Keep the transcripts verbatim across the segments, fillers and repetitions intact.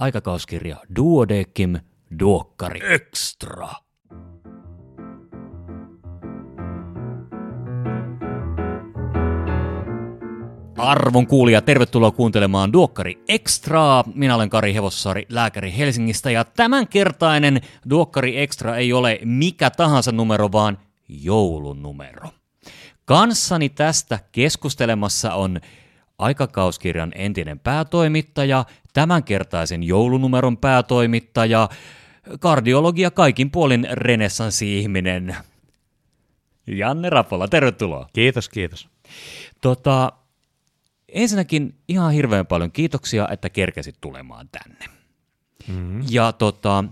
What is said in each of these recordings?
aikakauskirja Duodecim Duokkari Extra. Arvon kuulija, tervetuloa kuuntelemaan Duokkari Extraa. Minä olen Kari Hevossaari, lääkäri Helsingistä, ja tämänkertainen Duokkari Extra ei ole mikä tahansa numero, vaan joulunumero. Kanssani tästä keskustelemassa on aikakauskirjan entinen päätoimittaja, tämänkertaisen joulunumeron päätoimittaja, kardiologia kaikin puolin renessanssi-ihminen Janne Rapola, tervetuloa. Kiitos, kiitos. Tota, ensinnäkin ihan hirveän paljon kiitoksia, että kerkesit tulemaan tänne. Mm-hmm. Ja, tota,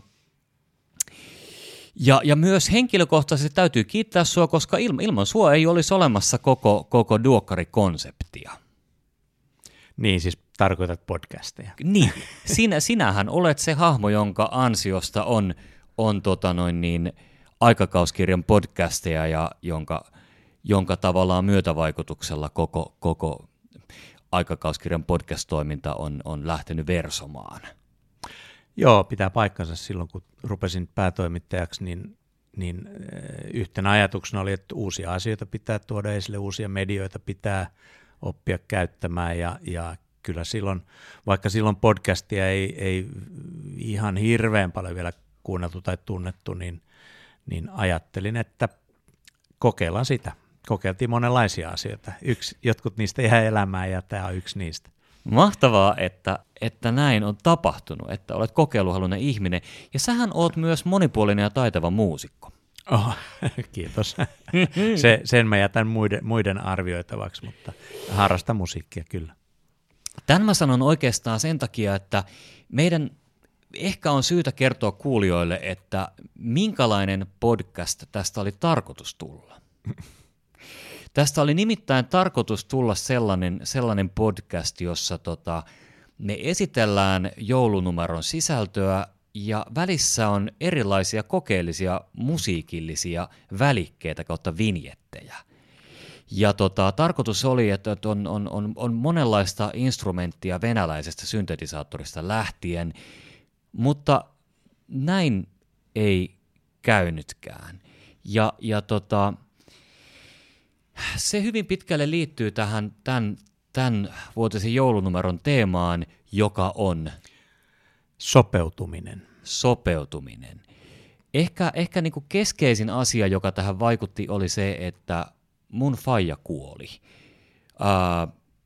ja, ja myös henkilökohtaisesti täytyy kiittää sua, koska ilman, ilman sua ei olisi olemassa koko, koko Duokkari-konseptia. Niin, siis tarkoitat podcasteja. Niin, sinä, sinähän olet se hahmo, jonka ansiosta on, on tota noin niin, aikakauskirjan podcasteja ja jonka, jonka tavallaan myötävaikutuksella koko, koko aikakauskirjan podcast-toiminta on, on lähtenyt versomaan. Joo, pitää paikkansa. Silloin, kun rupesin päätoimittajaksi, niin, niin yhtenä ajatuksena oli, että uusia asioita pitää tuoda esille, uusia medioita pitää oppia käyttämään, ja, ja kyllä silloin, vaikka silloin podcastia ei, ei ihan hirveän paljon vielä kuunneltu tai tunnettu, niin, niin ajattelin, että kokeillaan sitä. Kokeiltiin monenlaisia asioita. Yksi, jotkut niistä jää elämään, ja tämä on yksi niistä. Mahtavaa, että, että näin on tapahtunut, että olet kokeiluhaluinen ihminen, ja sähän oot myös monipuolinen ja taitava muusikko. Oh, kiitos. Se, sen mä jätän muiden, muiden arvioitavaksi, mutta harrastan musiikkia kyllä. Tämän mä sanon oikeastaan sen takia, että meidän ehkä on syytä kertoa kuulijoille, että minkälainen podcast tästä oli tarkoitus tulla. Tästä oli nimittäin tarkoitus tulla sellainen, sellainen podcast, jossa tota, me esitellään joulunumeron sisältöä, ja välissä on erilaisia kokeellisia musiikillisia välikkeitä kautta vinjettejä. Ja tota, tarkoitus oli, että on, on, on, on monenlaista instrumenttia venäläisestä syntetisaattorista lähtien, mutta näin ei käynytkään. Ja, ja tota, se hyvin pitkälle liittyy tähän tämän, tämän vuotisen joulunumeron teemaan, joka on sopeutuminen. Sopeutuminen. Ehkä, ehkä niin kuin keskeisin asia, joka tähän vaikutti, oli se, että mun faija kuoli. Ää,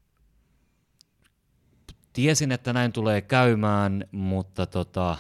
tiesin, että näin tulee käymään, mutta tota,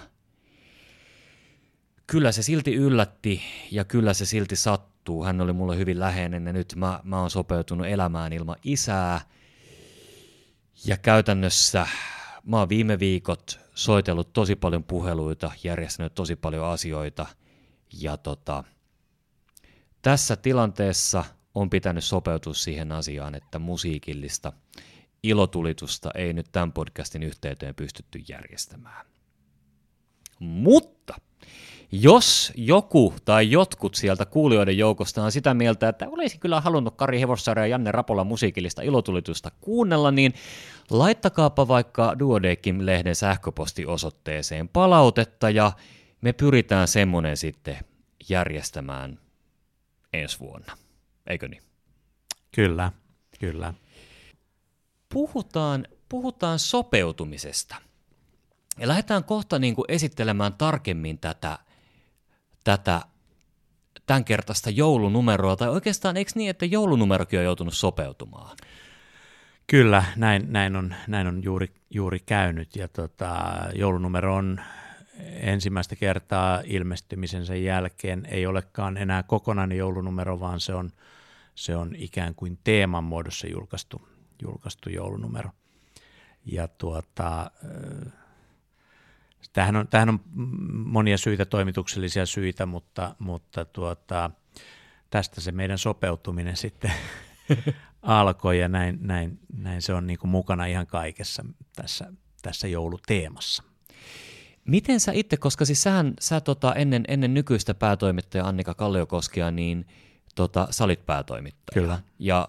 kyllä se silti yllätti ja kyllä se silti sattuu. Hän oli mulle hyvin läheinen ja nyt mä, mä oon sopeutunut elämään ilman isää. Ja käytännössä mä oon viime viikot soitellut tosi paljon puheluita, järjestänyt tosi paljon asioita, ja tota, tässä tilanteessa on pitänyt sopeutua siihen asiaan, että musiikillista ilotulitusta ei nyt tämän podcastin yhteyteen pystytty järjestämään. Mutta jos joku tai jotkut sieltä kuulijoiden joukosta on sitä mieltä, että olisi kyllä halunnut Kari Hevossaari ja Janne Rapola musiikillista ilotulitusta kuunnella, niin laittakaapa vaikka Duodecim-lehden sähköpostiosoitteeseen palautetta, ja me pyritään semmoinen sitten järjestämään ensi vuonna. Eikö niin? Kyllä, kyllä. Puhutaan, puhutaan sopeutumisesta. Ja lähdetään kohta niin kuin esittelemään tarkemmin tätä, tätä tämänkertaista joulunumeroa, tai oikeastaan eikö niin, että joulunumerokin on joutunut sopeutumaan? Kyllä, näin, näin on, näin on juuri, juuri käynyt, ja tota, joulunumero on ensimmäistä kertaa ilmestymisensä jälkeen, ei olekaan enää kokonainen joulunumero, vaan se on, se on ikään kuin teeman muodossa julkaistu, julkaistu joulunumero. Ja tuota, tämähän on, tämähän on monia syitä, toimituksellisia syitä, mutta, mutta tuota, tästä se meidän sopeutuminen sitten alkoi, ja näin, näin, näin se on niin kuin mukana ihan kaikessa tässä, tässä jouluteemassa. Miten sä itse, koska siis sähän, sä tota, ennen, ennen nykyistä päätoimittajaa Annika Kalliokoskia, niin tota, sä olit päätoimittaja. Kyllä. Ja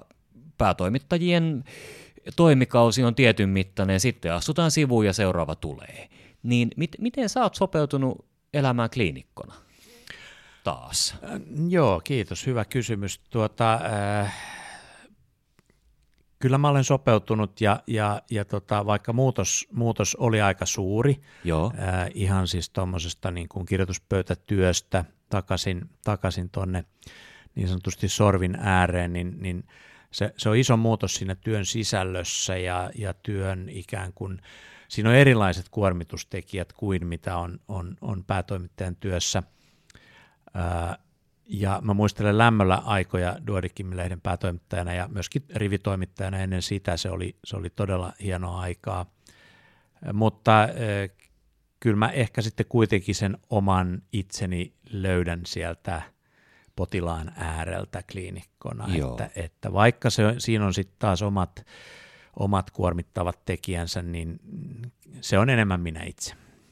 päätoimittajien toimikausi on tietyn mittainen, sitten astutaan sivuun ja seuraava tulee. niin mit, miten sä oot sopeutunut elämään kliinikkona taas? Äh, joo, kiitos. Hyvä kysymys. Tuota, äh, kyllä mä olen sopeutunut ja, ja, ja tota, vaikka muutos, muutos oli aika suuri, Joo. Äh, ihan siis tuommoisesta niin kuin kirjoituspöytätyöstä takaisin, takaisin tuonne niin sanotusti sorvin ääreen, niin, niin se, se on iso muutos siinä työn sisällössä ja, ja työn ikään kuin, siinä on erilaiset kuormitustekijät kuin mitä on, on, on päätoimittajan työssä. Ää, ja mä muistelen lämmöllä aikoja Duodeckim-lehden päätoimittajana ja myöskin rivitoimittajana ennen sitä, se oli, se oli todella hienoa aikaa. Mutta ää, kyllä mä ehkä sitten kuitenkin sen oman itseni löydän sieltä potilaan ääreltä kliinikkona, että, että vaikka se, siinä on sitten taas omat, omat kuormittavat tekijänsä, niin se on enemmän minä itse.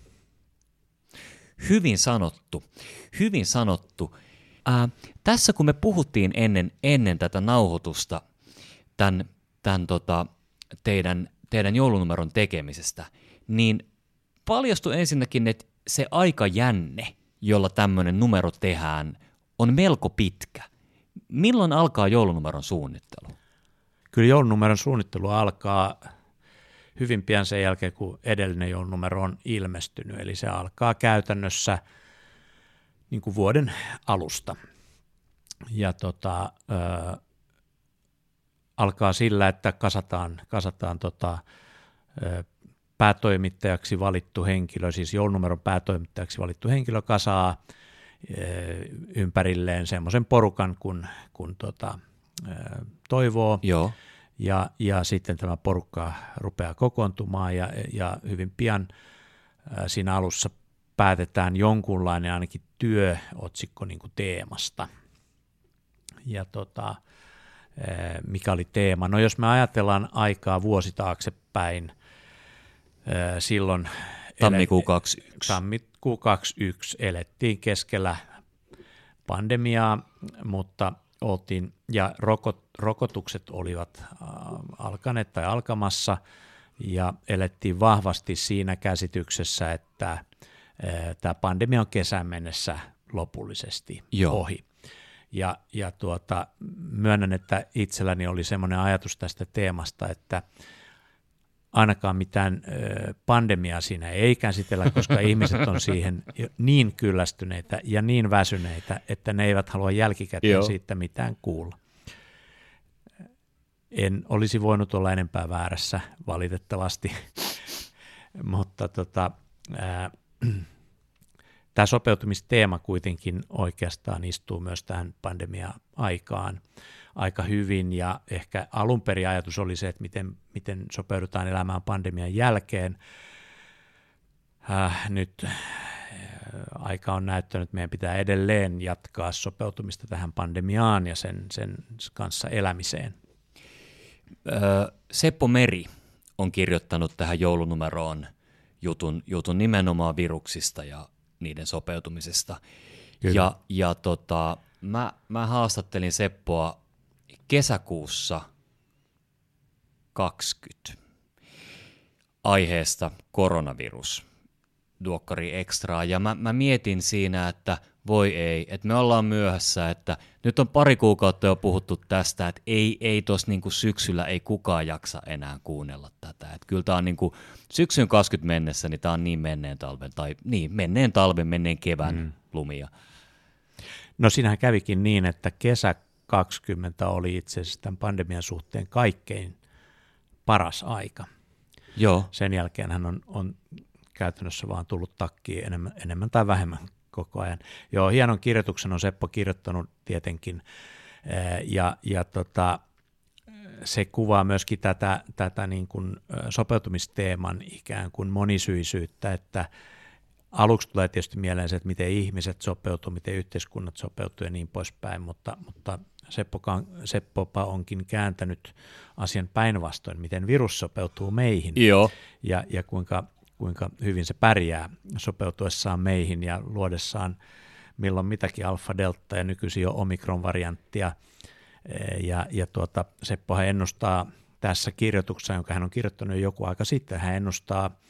Hyvin sanottu, hyvin sanottu. Ää, tässä kun me puhuttiin ennen, ennen tätä nauhoitusta tämän, tämän tota, teidän, teidän joulunumeron tekemisestä, niin paljastui ensinnäkin, että se aikajänne, jolla tämmöinen numero tehdään, on melko pitkä. Milloin alkaa joulunumeron suunnittelu? Kyllä joulunumeron suunnittelu alkaa hyvin pian sen jälkeen, kun edellinen joulunumero on ilmestynyt. Eli se alkaa käytännössä niin kuin vuoden alusta. Ja tota, ö, alkaa sillä, että kasataan, kasataan tota, ö, päätoimittajaksi valittu henkilö, siis joulunumeron päätoimittajaksi valittu henkilö kasaa ympärilleen semmoisen porukan, kun, kun tota, toivoo. Joo. Ja, ja sitten tämä porukka rupeaa kokoontumaan ja, ja hyvin pian siinä alussa päätetään jonkunlainen ainakin työotsikko niin kuin teemasta. Ja tota, mikä oli teema? No jos me ajatellaan aikaa vuosi taaksepäin, silloin Tammikuu kaksikymmentäyksi. Tammikuu kaksikymmentäyksi elettiin keskellä pandemiaa, mutta oltiin, ja rokot, rokotukset olivat äh, alkaneet tai alkamassa, ja elettiin vahvasti siinä käsityksessä, että äh, tämä pandemia on kesän mennessä lopullisesti Joo. ohi. Ja, ja tuota, myönnän, että itselläni oli semmoinen ajatus tästä teemasta, että ainakaan mitään pandemiaa siinä ei käsitellä, koska ihmiset on siihen niin kyllästyneitä ja niin väsyneitä, että ne eivät halua jälkikäteen Joo. siitä mitään kuulla. En olisi voinut olla enempää väärässä valitettavasti, mutta tota, ää, tämä sopeutumisteema kuitenkin oikeastaan istuu myös tähän pandemia-aikaan aika hyvin, ja ehkä alun perin ajatus oli se, että miten, miten sopeudutaan elämään pandemian jälkeen. Äh, nyt äh, aika on näyttänyt, että meidän pitää edelleen jatkaa sopeutumista tähän pandemiaan ja sen, sen kanssa elämiseen. Öö, Seppo Meri on kirjoittanut tähän joulunumeroon jutun, jutun nimenomaan viruksista ja niiden sopeutumisesta. Kyllä. Ja, ja tota, mä, mä haastattelin Seppoa kesäkuussa kaksikymmentä aiheesta koronavirus, Duokkari Extraa, ja mä, mä mietin siinä, että voi ei, että me ollaan myöhässä, että nyt on pari kuukautta jo puhuttu tästä, että ei, ei tuossa niinku syksyllä ei kukaan jaksa enää kuunnella tätä, että kyllä tämä on niinku syksyn kaksikymmentä mennessä, niin tämä on niin menneen talven, tai niin menneen talven, menneen kevään mm. lumia. No siinähän kävikin niin, että kesä kaksikymmentä oli itse asiassa tämän pandemian suhteen kaikkein paras aika. Joo. Sen jälkeen hän on, on käytännössä vaan tullut takkiin enemmän, enemmän tai vähemmän koko ajan. Joo, hienon kirjoituksen on Seppo kirjoittanut tietenkin, ja, ja tota, se kuvaa myöskin tätä, tätä niin kuin sopeutumisteeman ikään kuin monisyisyyttä, että aluksi tulee tietysti mieleen se, että miten ihmiset sopeutuu, miten yhteiskunnat sopeutuu ja niin poispäin, mutta, mutta Seppopa, Seppopa onkin kääntänyt asian päinvastoin, miten virus sopeutuu meihin. Joo. Ja, ja kuinka, kuinka hyvin se pärjää sopeutuessaan meihin ja luodessaan milloin mitäkin alfa, delta ja nykyisin jo omikron-varianttia. Ja, ja tuota, Seppohan ennustaa tässä kirjoituksessa, jonka hän on kirjoittanut jo joku aika sitten, hän ennustaa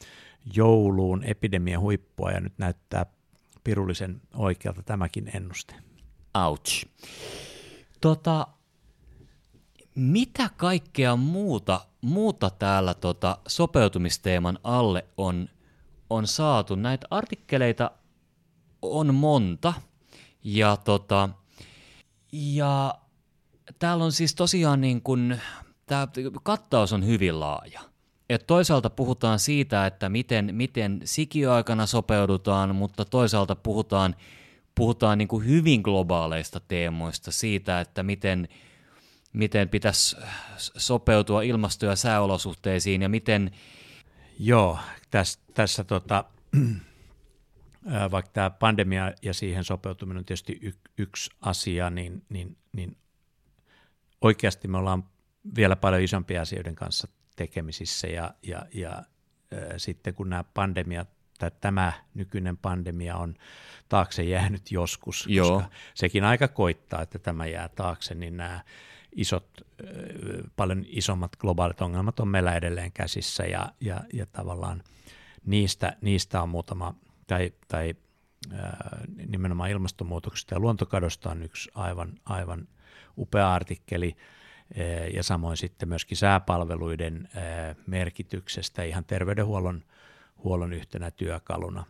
jouluun epidemian huippua, ja nyt näyttää pirullisen oikealta tämäkin ennuste. Ouch. Tota, mitä kaikkea muuta, muuta täällä tota sopeutumisteeman alle on, on saatu? Näitä artikkeleita on monta, ja, tota, ja täällä on siis tosiaan niin kuin, tämä kattaus on hyvin laaja. Et toisaalta puhutaan siitä, että miten, miten sikiöaikana sopeudutaan, mutta toisaalta puhutaan, puhutaan niin kuin hyvin globaaleista teemoista, siitä, että miten, miten pitäisi sopeutua ilmasto- ja sääolosuhteisiin ja miten... Joo, tässä, tässä tota, vaikka tämä pandemia ja siihen sopeutuminen on tietysti y, yksi asia, niin, niin, niin oikeasti me ollaan vielä paljon isompia asioiden kanssa tekemisissä, ja, ja, ja ä, sitten kun nämä pandemiat, tai tämä nykyinen pandemia on taakse jäänyt joskus, Joo. koska sekin aika koittaa, että tämä jää taakse, niin nämä isot, ä, paljon isommat globaalit ongelmat on meillä edelleen käsissä, ja, ja, ja tavallaan niistä, niistä on muutama, tai, tai ä, nimenomaan ilmastonmuutoksesta ja luontokadosta on yksi aivan, aivan upea artikkeli, ja samoin sitten myöskin sääpalveluiden merkityksestä ihan terveydenhuollon huollon yhtenä työkaluna.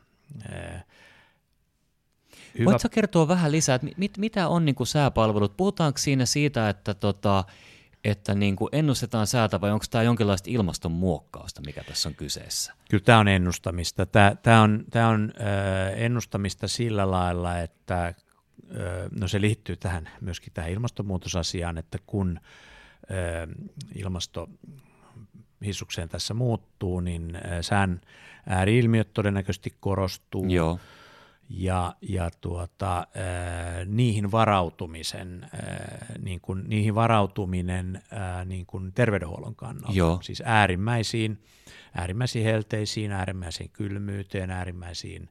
Hyvä. Voitko kertoa vähän lisää, että mit, mitä on niin kuin sääpalvelut? Puhutaanko siinä siitä, että, tota, että niin kuin ennustetaan säätä, vai onko tämä jonkinlaista ilmastonmuokkausta, mikä tässä on kyseessä? Kyllä tämä on ennustamista. Tämä, tämä on, tämä on ennustamista sillä lailla, että no se liittyy tähän myöskin tähän ilmastonmuutosasiaan, että kun ilmasto hissukseen tässä muuttuu, niin sään ääri-ilmiöt todennäköisesti korostuu. Joo. Ja, ja tuota, niihin varautumisen, niin kuin, niihin varautuminen niin kuin terveydenhuollon kannalta, Joo. siis äärimmäisiin, äärimmäisiin helteisiin, äärimmäisiin kylmyyteen, äärimmäisiin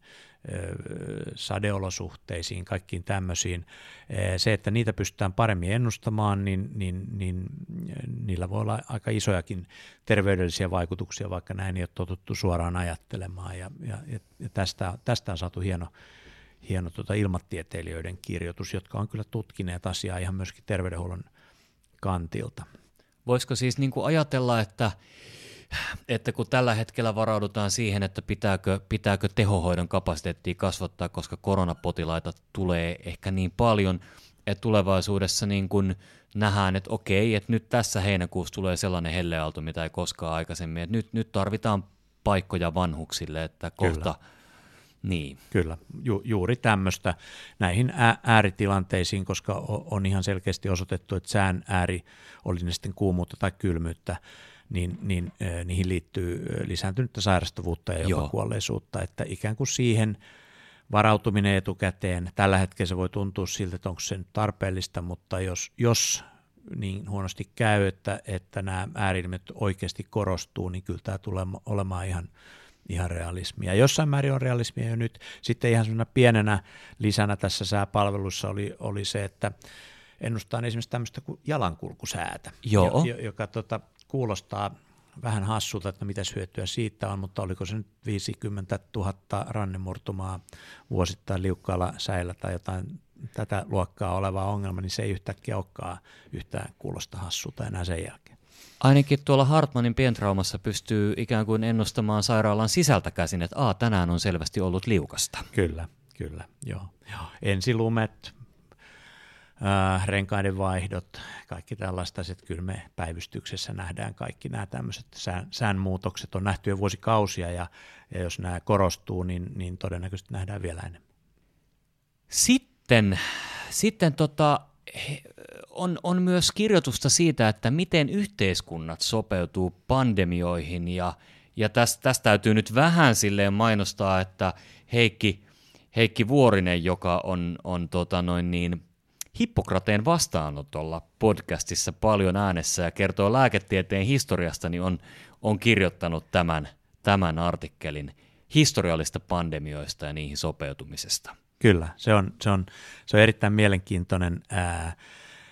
sadeolosuhteisiin, kaikkiin tämmöisiin. Se, että niitä pystytään paremmin ennustamaan, niin, niin, niin niillä voi olla aika isojakin terveydellisiä vaikutuksia, vaikka näin ei ole totuttu suoraan ajattelemaan. Ja, ja, ja tästä, tästä on saatu hieno, hieno tuota ilmatieteilijöiden kirjoitus, jotka on kyllä tutkineet asiaa ihan myöskin terveydenhuollon kantilta. Voisiko siis niin kuin ajatella, että että kun tällä hetkellä varaudutaan siihen, että pitääkö, pitääkö tehohoidon kapasiteettia kasvattaa, koska koronapotilaita tulee ehkä niin paljon, että tulevaisuudessa niin kuin nähdään, että okei, että nyt tässä heinäkuussa tulee sellainen helleaalto, mitä ei koskaan aikaisemmin, että nyt, nyt tarvitaan paikkoja vanhuksille, että kohta... Kyllä. Niin. Kyllä, Ju, juuri tämmöistä näihin ääritilanteisiin, koska on ihan selkeästi osoitettu, että sään ääri, oli ne sitten kuumuutta tai kylmyyttä, niin, niin eh, niihin liittyy lisääntynyttä sairastavuutta ja jopa Joo. kuolleisuutta, että ikään kuin siihen varautuminen etukäteen, tällä hetkellä se voi tuntua siltä, että onko se nyt tarpeellista, mutta jos, jos niin huonosti käy, että, että nämä ääri-ilmiöt oikeasti korostuu, niin kyllä tämä tulee olemaan ihan, ihan realismia. Jossain määrin on realismia jo nyt. Sitten ihan sellaisena pienenä lisänä tässä sääpalvelussa oli, oli se, että ennustaan esimerkiksi tämmöistä kuin jalankulkusäätä, Joo. joka, joka tota, kuulostaa vähän hassulta, että mitäs hyötyä siitä on, mutta oliko se nyt viisikymmentätuhatta rannemurtumaa vuosittain liukkaalla säillä tai jotain tätä luokkaa olevaa ongelma, niin se ei yhtäkkiä olekaan yhtään kuulosta hassulta enää sen jälkeen. Ainakin tuolla Hartmanin pientraumassa pystyy ikään kuin ennustamaan sairaalan sisältä käsin, että Aa, tänään on selvästi ollut liukasta. Kyllä, kyllä, joo. joo. Ensilumet, äh, renkaiden vaihdot, kaikki tällaista, että kyllä me päivystyksessä nähdään kaikki nämä tämmöiset sään, säänmuutokset on nähty jo vuosikausia, ja, ja jos nämä korostuu, niin, niin todennäköisesti nähdään vielä enemmän. Sitten, sitten tota, on, on myös kirjoitusta siitä, että miten yhteiskunnat sopeutuu pandemioihin, ja, ja tästä, tästä täytyy nyt vähän silleen mainostaa, että Heikki, Heikki Vuorinen, joka on, on tota noin niin, Hippokrateen vastaanotolla podcastissa paljon äänessä ja kertoo lääketieteen historiasta, niin on, on kirjoittanut tämän, tämän artikkelin historiallista pandemioista ja niihin sopeutumisesta. Kyllä, se on, se on, se on erittäin mielenkiintoinen ää,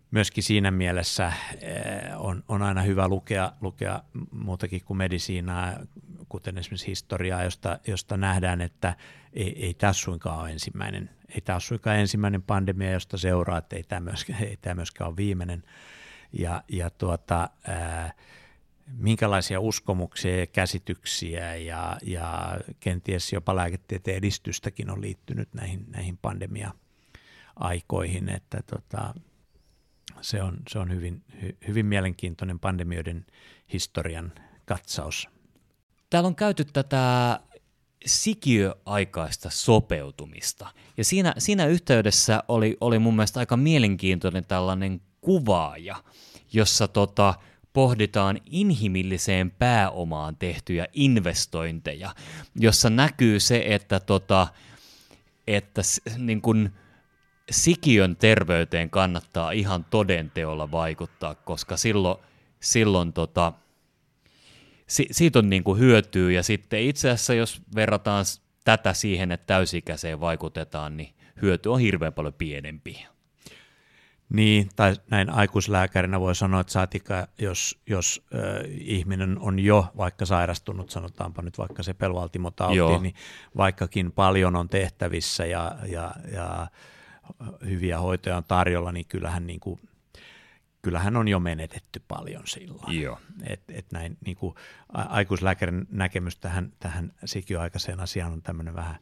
myöskin siinä mielessä on, on aina hyvä lukea, lukea muutakin kuin medisiinaa, kuten esimerkiksi historiaa, josta, josta nähdään, että ei, ei tämä suinkaan ole ensimmäinen, ei tämä ole suinkaan ensimmäinen pandemia, josta seuraa, että ei tämä myöskään, ei tämä myöskään ole viimeinen. Ja, ja tuota, ää, minkälaisia uskomuksia ja käsityksiä ja, ja kenties jopa lääketieteen edistystäkin on liittynyt näihin, näihin pandemia-aikoihin, että tota, se on, se on hyvin, hy, hyvin mielenkiintoinen pandemioiden historian katsaus. Täällä on käyty tätä sikiöaikaista sopeutumista, ja siinä, siinä yhteydessä oli, oli mun mielestä aika mielenkiintoinen tällainen kuvaaja, jossa tota, pohditaan inhimilliseen pääomaan tehtyjä investointeja, jossa näkyy se, että, tota, että niin kun sikiön terveyteen kannattaa ihan todenteolla vaikuttaa, koska silloin, silloin tota, si, siitä on niin kuin hyötyä, ja sitten itse asiassa jos verrataan tätä siihen, että täysi-ikäiseen vaikutetaan, niin hyöty on hirveän paljon pienempi. Niin, tai näin aikuislääkärinä voi sanoa, että saatika, jos, jos äh, ihminen on jo vaikka sairastunut, sanotaanpa nyt vaikka se pelvaltimotauti, niin vaikkakin paljon on tehtävissä ja, ja, ja hyviä hoitoja on tarjolla, niin kyllähän, niin kuin, kyllähän on jo menetetty paljon silloin. Joo. Et, et näin, niin kuin, aikuislääkärin näkemys tähän, tähän sikiöaikaiseen asiaan on tämmöinen vähän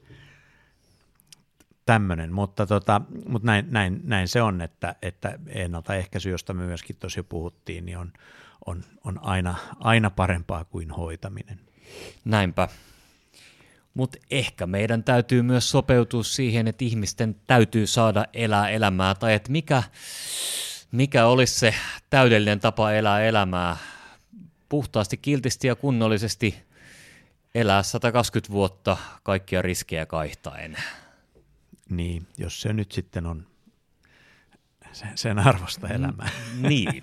tämmöinen, mutta, tota, mutta näin, näin, näin se on, että, että ennaltaehkäisy, josta me myöskin tuossa jo puhuttiin, niin on, on, on aina, aina parempaa kuin hoitaminen. Näinpä. Mutta ehkä meidän täytyy myös sopeutua siihen, että ihmisten täytyy saada elää elämää, tai että mikä, mikä olisi se täydellinen tapa elää elämää, puhtaasti, kiltisti ja kunnollisesti elää sata kaksikymmentä vuotta kaikkia riskejä kaihtaen. Niin, jos se nyt sitten on sen arvosta elämää. Niin.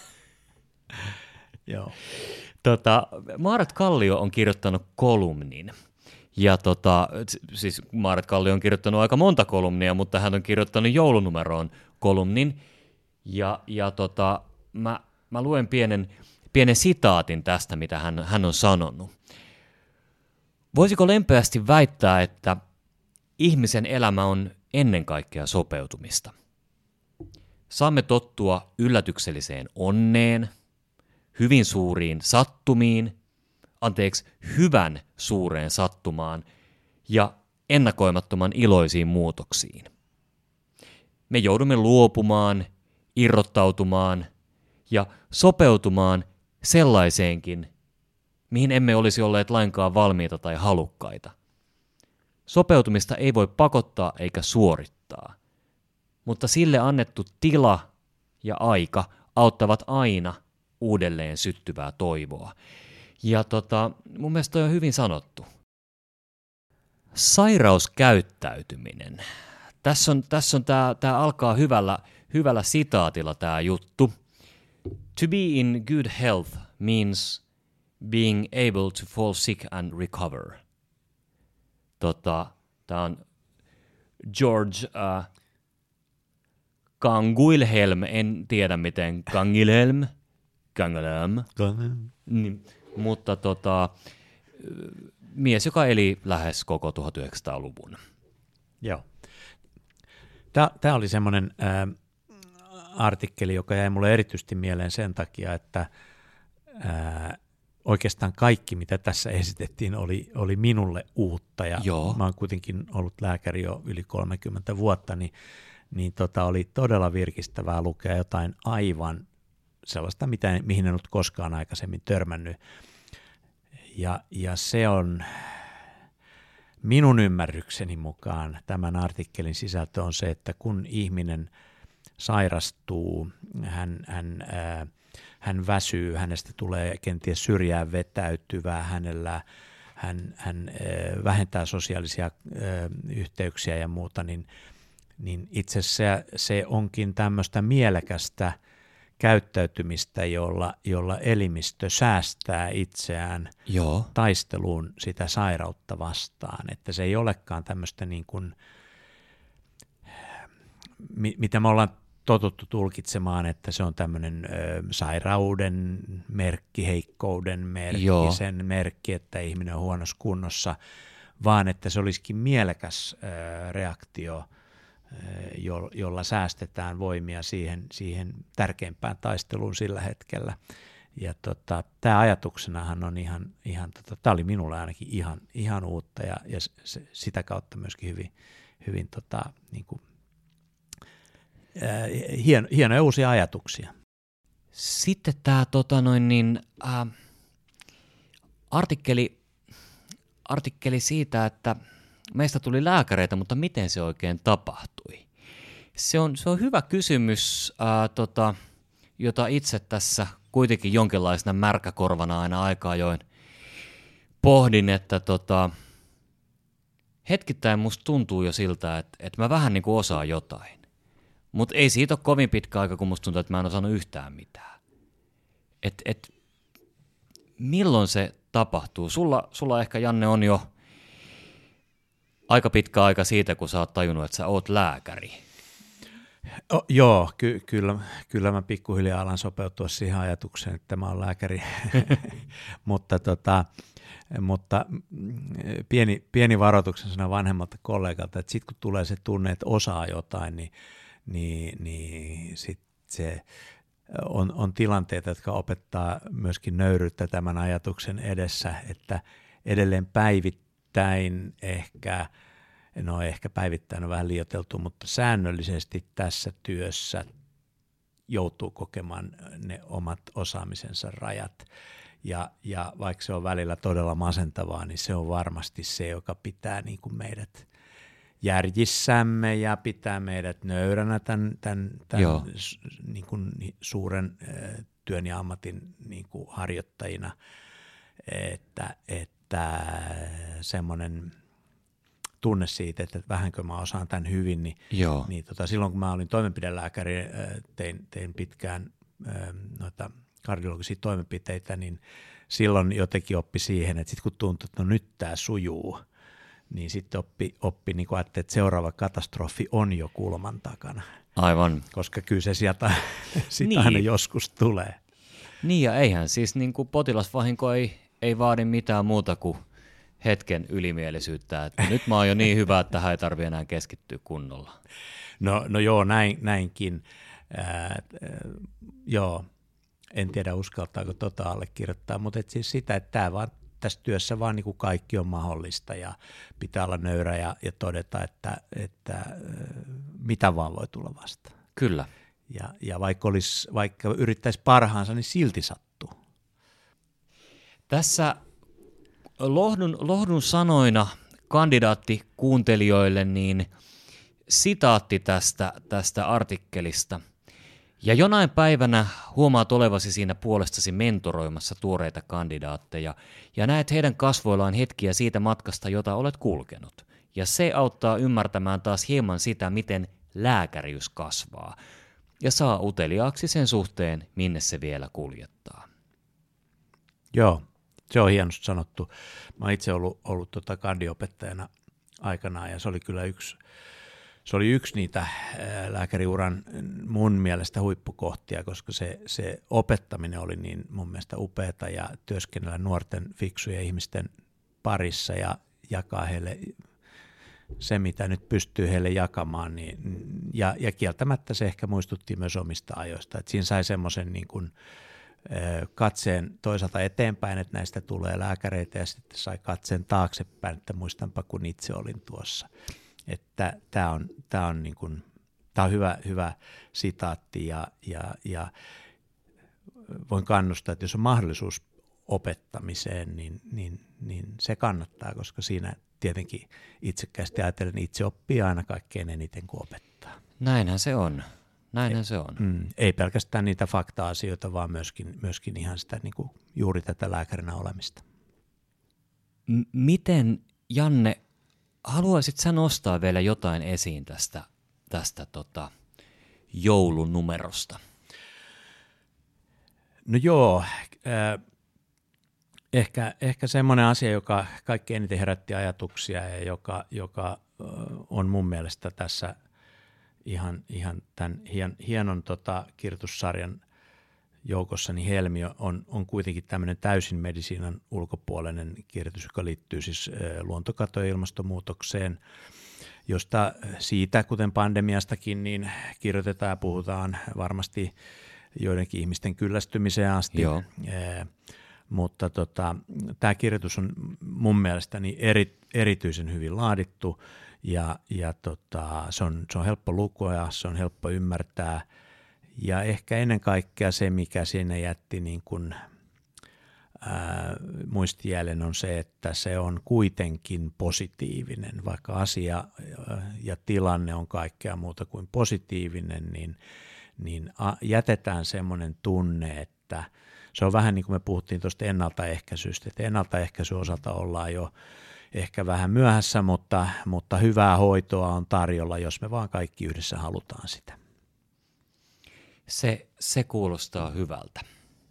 Joo. Tota, Maaret Kallio on kirjoittanut kolumnin. Ja tota, siis Maaret Kallio on kirjoittanut aika monta kolumnia, mutta hän on kirjoittanut joulunumeroon kolumnin. Ja, ja tota, mä, mä luen pienen, pienen sitaatin tästä, mitä hän, hän on sanonut. Voisiko lempeästi väittää, että ihmisen elämä on ennen kaikkea sopeutumista? Saamme tottua yllätykselliseen onneen, hyvin suuriin sattumiin, anteeksi, hyvän suureen sattumaan ja ennakoimattoman iloisiin muutoksiin. Me joudumme luopumaan, irrottautumaan ja sopeutumaan sellaiseenkin, mihin emme olisi olleet lainkaan valmiita tai halukkaita. Sopeutumista ei voi pakottaa eikä suorittaa, mutta sille annettu tila ja aika auttavat aina uudelleen syttyvää toivoa. Ja tota, mun mielestä toi on hyvin sanottu. Sairauskäyttäytyminen. Tässä on, tässä on tää, tää alkaa hyvällä, hyvällä sitaatilla tää juttu. To be in good health means being able to fall sick and recover. Tota, tää on George uh, Canguilhelm, en tiedä miten Canguilhelm, Canguilhelm, niin, mutta tota, mies, joka eli lähes koko tuhatyhdeksänsataaluvun. Joo. Tämä oli semmoinen äh, artikkeli, joka jäi mulle erityisesti mieleen sen takia, että äh, oikeastaan kaikki, mitä tässä esitettiin, oli, oli minulle uutta. Ja Joo. Mä oon kuitenkin ollut lääkäri jo yli kolmekymmentä vuotta, niin, niin tota oli todella virkistävää lukea jotain aivan sellaista, mitä, mihin en ollut koskaan aikaisemmin törmännyt. Ja, ja se on minun ymmärrykseni mukaan tämän artikkelin sisältö on se, että kun ihminen sairastuu, hän, hän, ää, hän väsyy, hänestä tulee kenties syrjään vetäytyvää, hänellä, hän, hän ää, vähentää sosiaalisia ää, yhteyksiä ja muuta, niin, niin itse asiassa se, se onkin tämmöistä mielekästä käyttäytymistä, jolla, jolla elimistö säästää itseään Joo. taisteluun sitä sairautta vastaan. Että se ei olekaan tämmöistä niin kuin, mitä me ollaan totuttu tulkitsemaan, että se on tämmöinen ö, sairauden merkki, heikkouden merkki, Joo. sen merkki, että ihminen on huonossa kunnossa, vaan että se olisikin mielekäs ö, reaktio, ö, jo, jolla säästetään voimia siihen, siihen tärkeimpään taisteluun sillä hetkellä. Ja tota, tämä ajatuksenahan on ihan, ihan tota, tämä oli minulle ainakin ihan, ihan uutta ja, ja se, sitä kautta myöskin hyvin, hyvin tota, niin kuin, ää, hien, hienoja uusia ajatuksia. Sitten tämä tota noin niin, äh, artikkeli, artikkeli siitä, että meistä tuli lääkäreitä, mutta miten se oikein tapahtui? Se on, se on hyvä kysymys, äh, tota, jota itse tässä kuitenkin jonkinlaisena märkäkorvana aina aika ajoin pohdin, että tota, hetkittäin musta tuntuu jo siltä, että, että mä vähän niin kuin osaan jotain. Mutta ei siitä ole kovin pitkä aika, kun musta tuntuu, että mä en osannut yhtään mitään. Et, et, milloin se tapahtuu? Sulla, sulla ehkä, Janne, on jo aika pitkä aika siitä, kun sä oot tajunnut, että sä oot lääkäri. O, joo, ky- kyllä, kyllä mä pikkuhiljaa alan sopeutua siihen ajatukseen, että mä oon lääkäri, mutta, tota, mutta pieni, pieni varoituksen sana vanhemmalta kollegalta, että sitten kun tulee se tunne, että osaa jotain, niin, niin, niin sitten se on, on tilanteita, jotka opettaa myöskin nöyryyttä tämän ajatuksen edessä, että edelleen päivittäin ehkä, no ehkä päivittäin on vähän liioiteltu, mutta säännöllisesti tässä työssä joutuu kokemaan ne omat osaamisensa rajat. Ja, ja vaikka se on välillä todella masentavaa, niin se on varmasti se, joka pitää niin kuin meidät järjissämme ja pitää meidät nöyränä tämän, tämän, tämän niin kuin suuren työn ja ammatin niin kuin harjoittajina, että, että semmoinen tunne siitä, että vähänkö mä osaan tämän hyvin, niin, niin tota, silloin kun mä olin toimenpidelääkäri, tein, tein pitkään noita kardiologisia toimenpiteitä, niin silloin jotenkin oppi siihen, että sitten kun tuntui, että no nyt tämä sujuu, niin sitten oppi, oppi niin kuin että seuraava katastrofi on jo kulman takana. Aivan. Koska kyllä se sieltä sit niin. aina joskus tulee. Niin ja eihän siis niin kuin potilasvahinko ei, ei vaadi mitään muuta kuin hetken ylimielisyyttä, että nyt mä oon jo niin hyvä, että tähän ei tarvitse enää keskittyä kunnolla. No, no joo, näin, näinkin. Ää, ää, joo, en tiedä uskaltaako tota allekirjoittaa, mutta et siis sitä, että tää vaan, tässä työssä vaan niin kuin kaikki on mahdollista ja pitää olla nöyrä ja, ja todeta, että, että ää, mitä vaan voi tulla vastaan. Kyllä. Ja, ja vaikka, olisi, vaikka yrittäisi parhaansa, niin silti sattuu. Tässä Lohdun, lohdun sanoina kandidaattikuuntelijoille niin sitaatti tästä, tästä artikkelista. Ja jonain päivänä huomaat olevasi siinä puolestasi mentoroimassa tuoreita kandidaatteja ja näet heidän kasvoillaan hetkiä siitä matkasta, jota olet kulkenut. Ja se auttaa ymmärtämään taas hieman sitä, miten lääkäriys kasvaa ja saa uteliaaksi sen suhteen, minne se vielä kuljettaa. Joo. Se on hienosti sanottu. Mä oon itse ollut, ollut tota kandiopettajana aikanaan ja se oli kyllä yksi, se oli yksi niitä lääkäriuran mun mielestä huippukohtia, koska se, se opettaminen oli niin mun mielestä upeata ja työskennellä nuorten fiksujen ihmisten parissa ja jakaa heille se, mitä nyt pystyy heille jakamaan. Niin, ja, ja kieltämättä se ehkä muistutti myös omista ajoista. Et siinä sai semmoisen niin kuin katseen toisaalta eteenpäin, että näistä tulee lääkäreitä ja sitten sai katseen taaksepäin, että muistanpa kun itse olin tuossa. Että tämä on, tää on, niin kuin, tää on hyvä, hyvä sitaatti ja, ja, ja voin kannustaa, että jos on mahdollisuus opettamiseen, niin, niin, niin se kannattaa, koska siinä tietenkin itsekkäästi ajatellen itse oppii aina kaikkein eniten kuin opettaa. Näinhän se on. Näinhän se on. Mm, ei pelkästään niitä fakta-asioita, vaan myöskin, myöskin ihan sitä niin kuin juuri tätä lääkärinä olemista. M- miten, Janne, haluaisit sä nostaa vielä jotain esiin tästä, tästä tota, joulunumerosta? No joo, äh, ehkä, ehkä semmoinen asia, joka kaikkein eniten herätti ajatuksia ja joka, joka äh, on mun mielestä tässä ihan, ihan tämän hien, hienon tota, kirjoitussarjan joukossa, niin Helmi on, on kuitenkin tämmöinen täysin medisiinan ulkopuolinen kirjoitus, joka liittyy siis luontokatoon ja ilmastonmuutokseen, josta siitä, kuten pandemiastakin, niin kirjoitetaan ja puhutaan varmasti joidenkin ihmisten kyllästymiseen asti. Joo. E, mutta tota, tämä kirjoitus on mun mielestäni eri, erityisen hyvin laadittu ja, ja tota, se, on, se on helppo lukea, se on helppo ymmärtää ja ehkä ennen kaikkea se, mikä siinä jätti niin kuin, ää, muistijäljen on se, että se on kuitenkin positiivinen, vaikka asia ja tilanne on kaikkea muuta kuin positiivinen, niin, niin jätetään semmoinen tunne, että se on vähän niin kuin me puhuttiin tuosta ennaltaehkäisystä, että ennaltaehkäisyn osalta ollaan jo ehkä vähän myöhässä, mutta, mutta hyvää hoitoa on tarjolla, jos me vaan kaikki yhdessä halutaan sitä. Se, se kuulostaa hyvältä.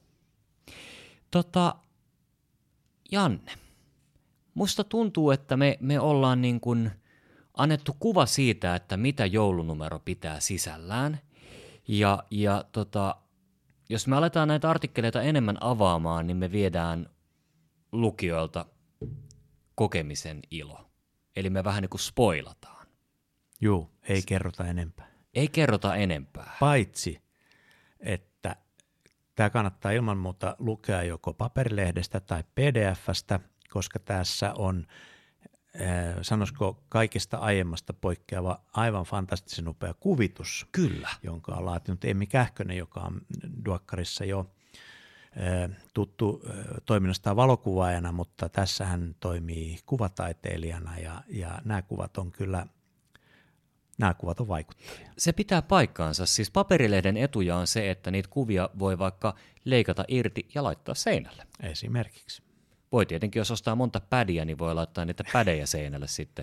Tota, Janne, musta tuntuu, että me, me ollaan niin kuin annettu kuva siitä, että mitä joulunumero pitää sisällään. Ja, ja tota, jos me aletaan näitä artikkeleita enemmän avaamaan, niin me viedään lukijoilta kokemisen ilo. Eli me vähän niin kuin spoilataan. Juu, ei kerrota enempää. Ei kerrota enempää. Paitsi, että tämä kannattaa ilman muuta lukea joko paperilehdestä tai P D F:stä, koska tässä on, äh, sanoisiko kaikista aiemmasta poikkeava aivan fantastisen upea kuvitus. Kyllä. Jonka on laatinut Emmi Kähkönen, joka on Duakkarissa jo äh, tuttu äh, toiminnastaan valokuvaajana, mutta tässä hän toimii kuvataiteilijana ja, ja nämä kuvat on kyllä Nämä kuvat on vaikuttavia. Se pitää paikkaansa. Siis paperilehden etuja on se, että niitä kuvia voi vaikka leikata irti ja laittaa seinälle. Esimerkiksi. Voi tietenkin, jos ostaa monta pädiä, niin voi laittaa niitä pädejä seinälle sitten.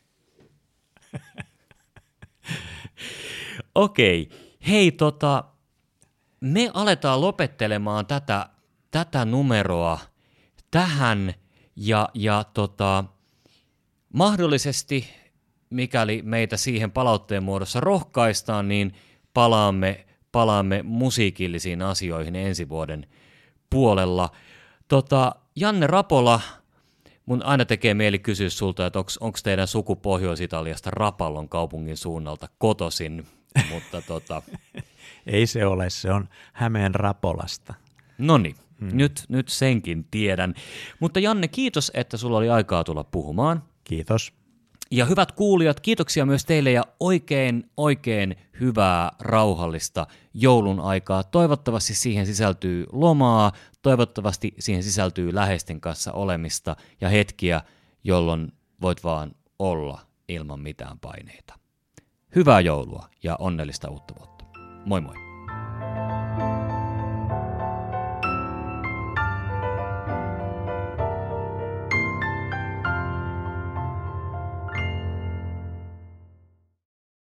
Okei. Hei, tota, me aletaan lopettelemaan tätä, tätä numeroa tähän ja, ja tota, mahdollisesti mikäli meitä siihen palautteen muodossa rohkaistaan, niin palaamme, palaamme musiikillisiin asioihin ensi vuoden puolella. Tota, Janne Rapola, mun aina tekee mieli kysyä sulta, että onko teidän suku Pohjois-Italiasta Rapallon kaupungin suunnalta kotoisin, mutta tota... Ei se ole, se on Hämeen Rapolasta. Noniin, hmm. nyt, nyt senkin tiedän. Mutta Janne, kiitos, että sulla oli aikaa tulla puhumaan. Kiitos. Ja hyvät kuulijat, kiitoksia myös teille ja oikein, oikein hyvää, rauhallista joulun aikaa. Toivottavasti siihen sisältyy lomaa, toivottavasti siihen sisältyy läheisten kanssa olemista ja hetkiä, jolloin voit vaan olla ilman mitään paineita. Hyvää joulua ja onnellista uutta vuotta. Moi moi!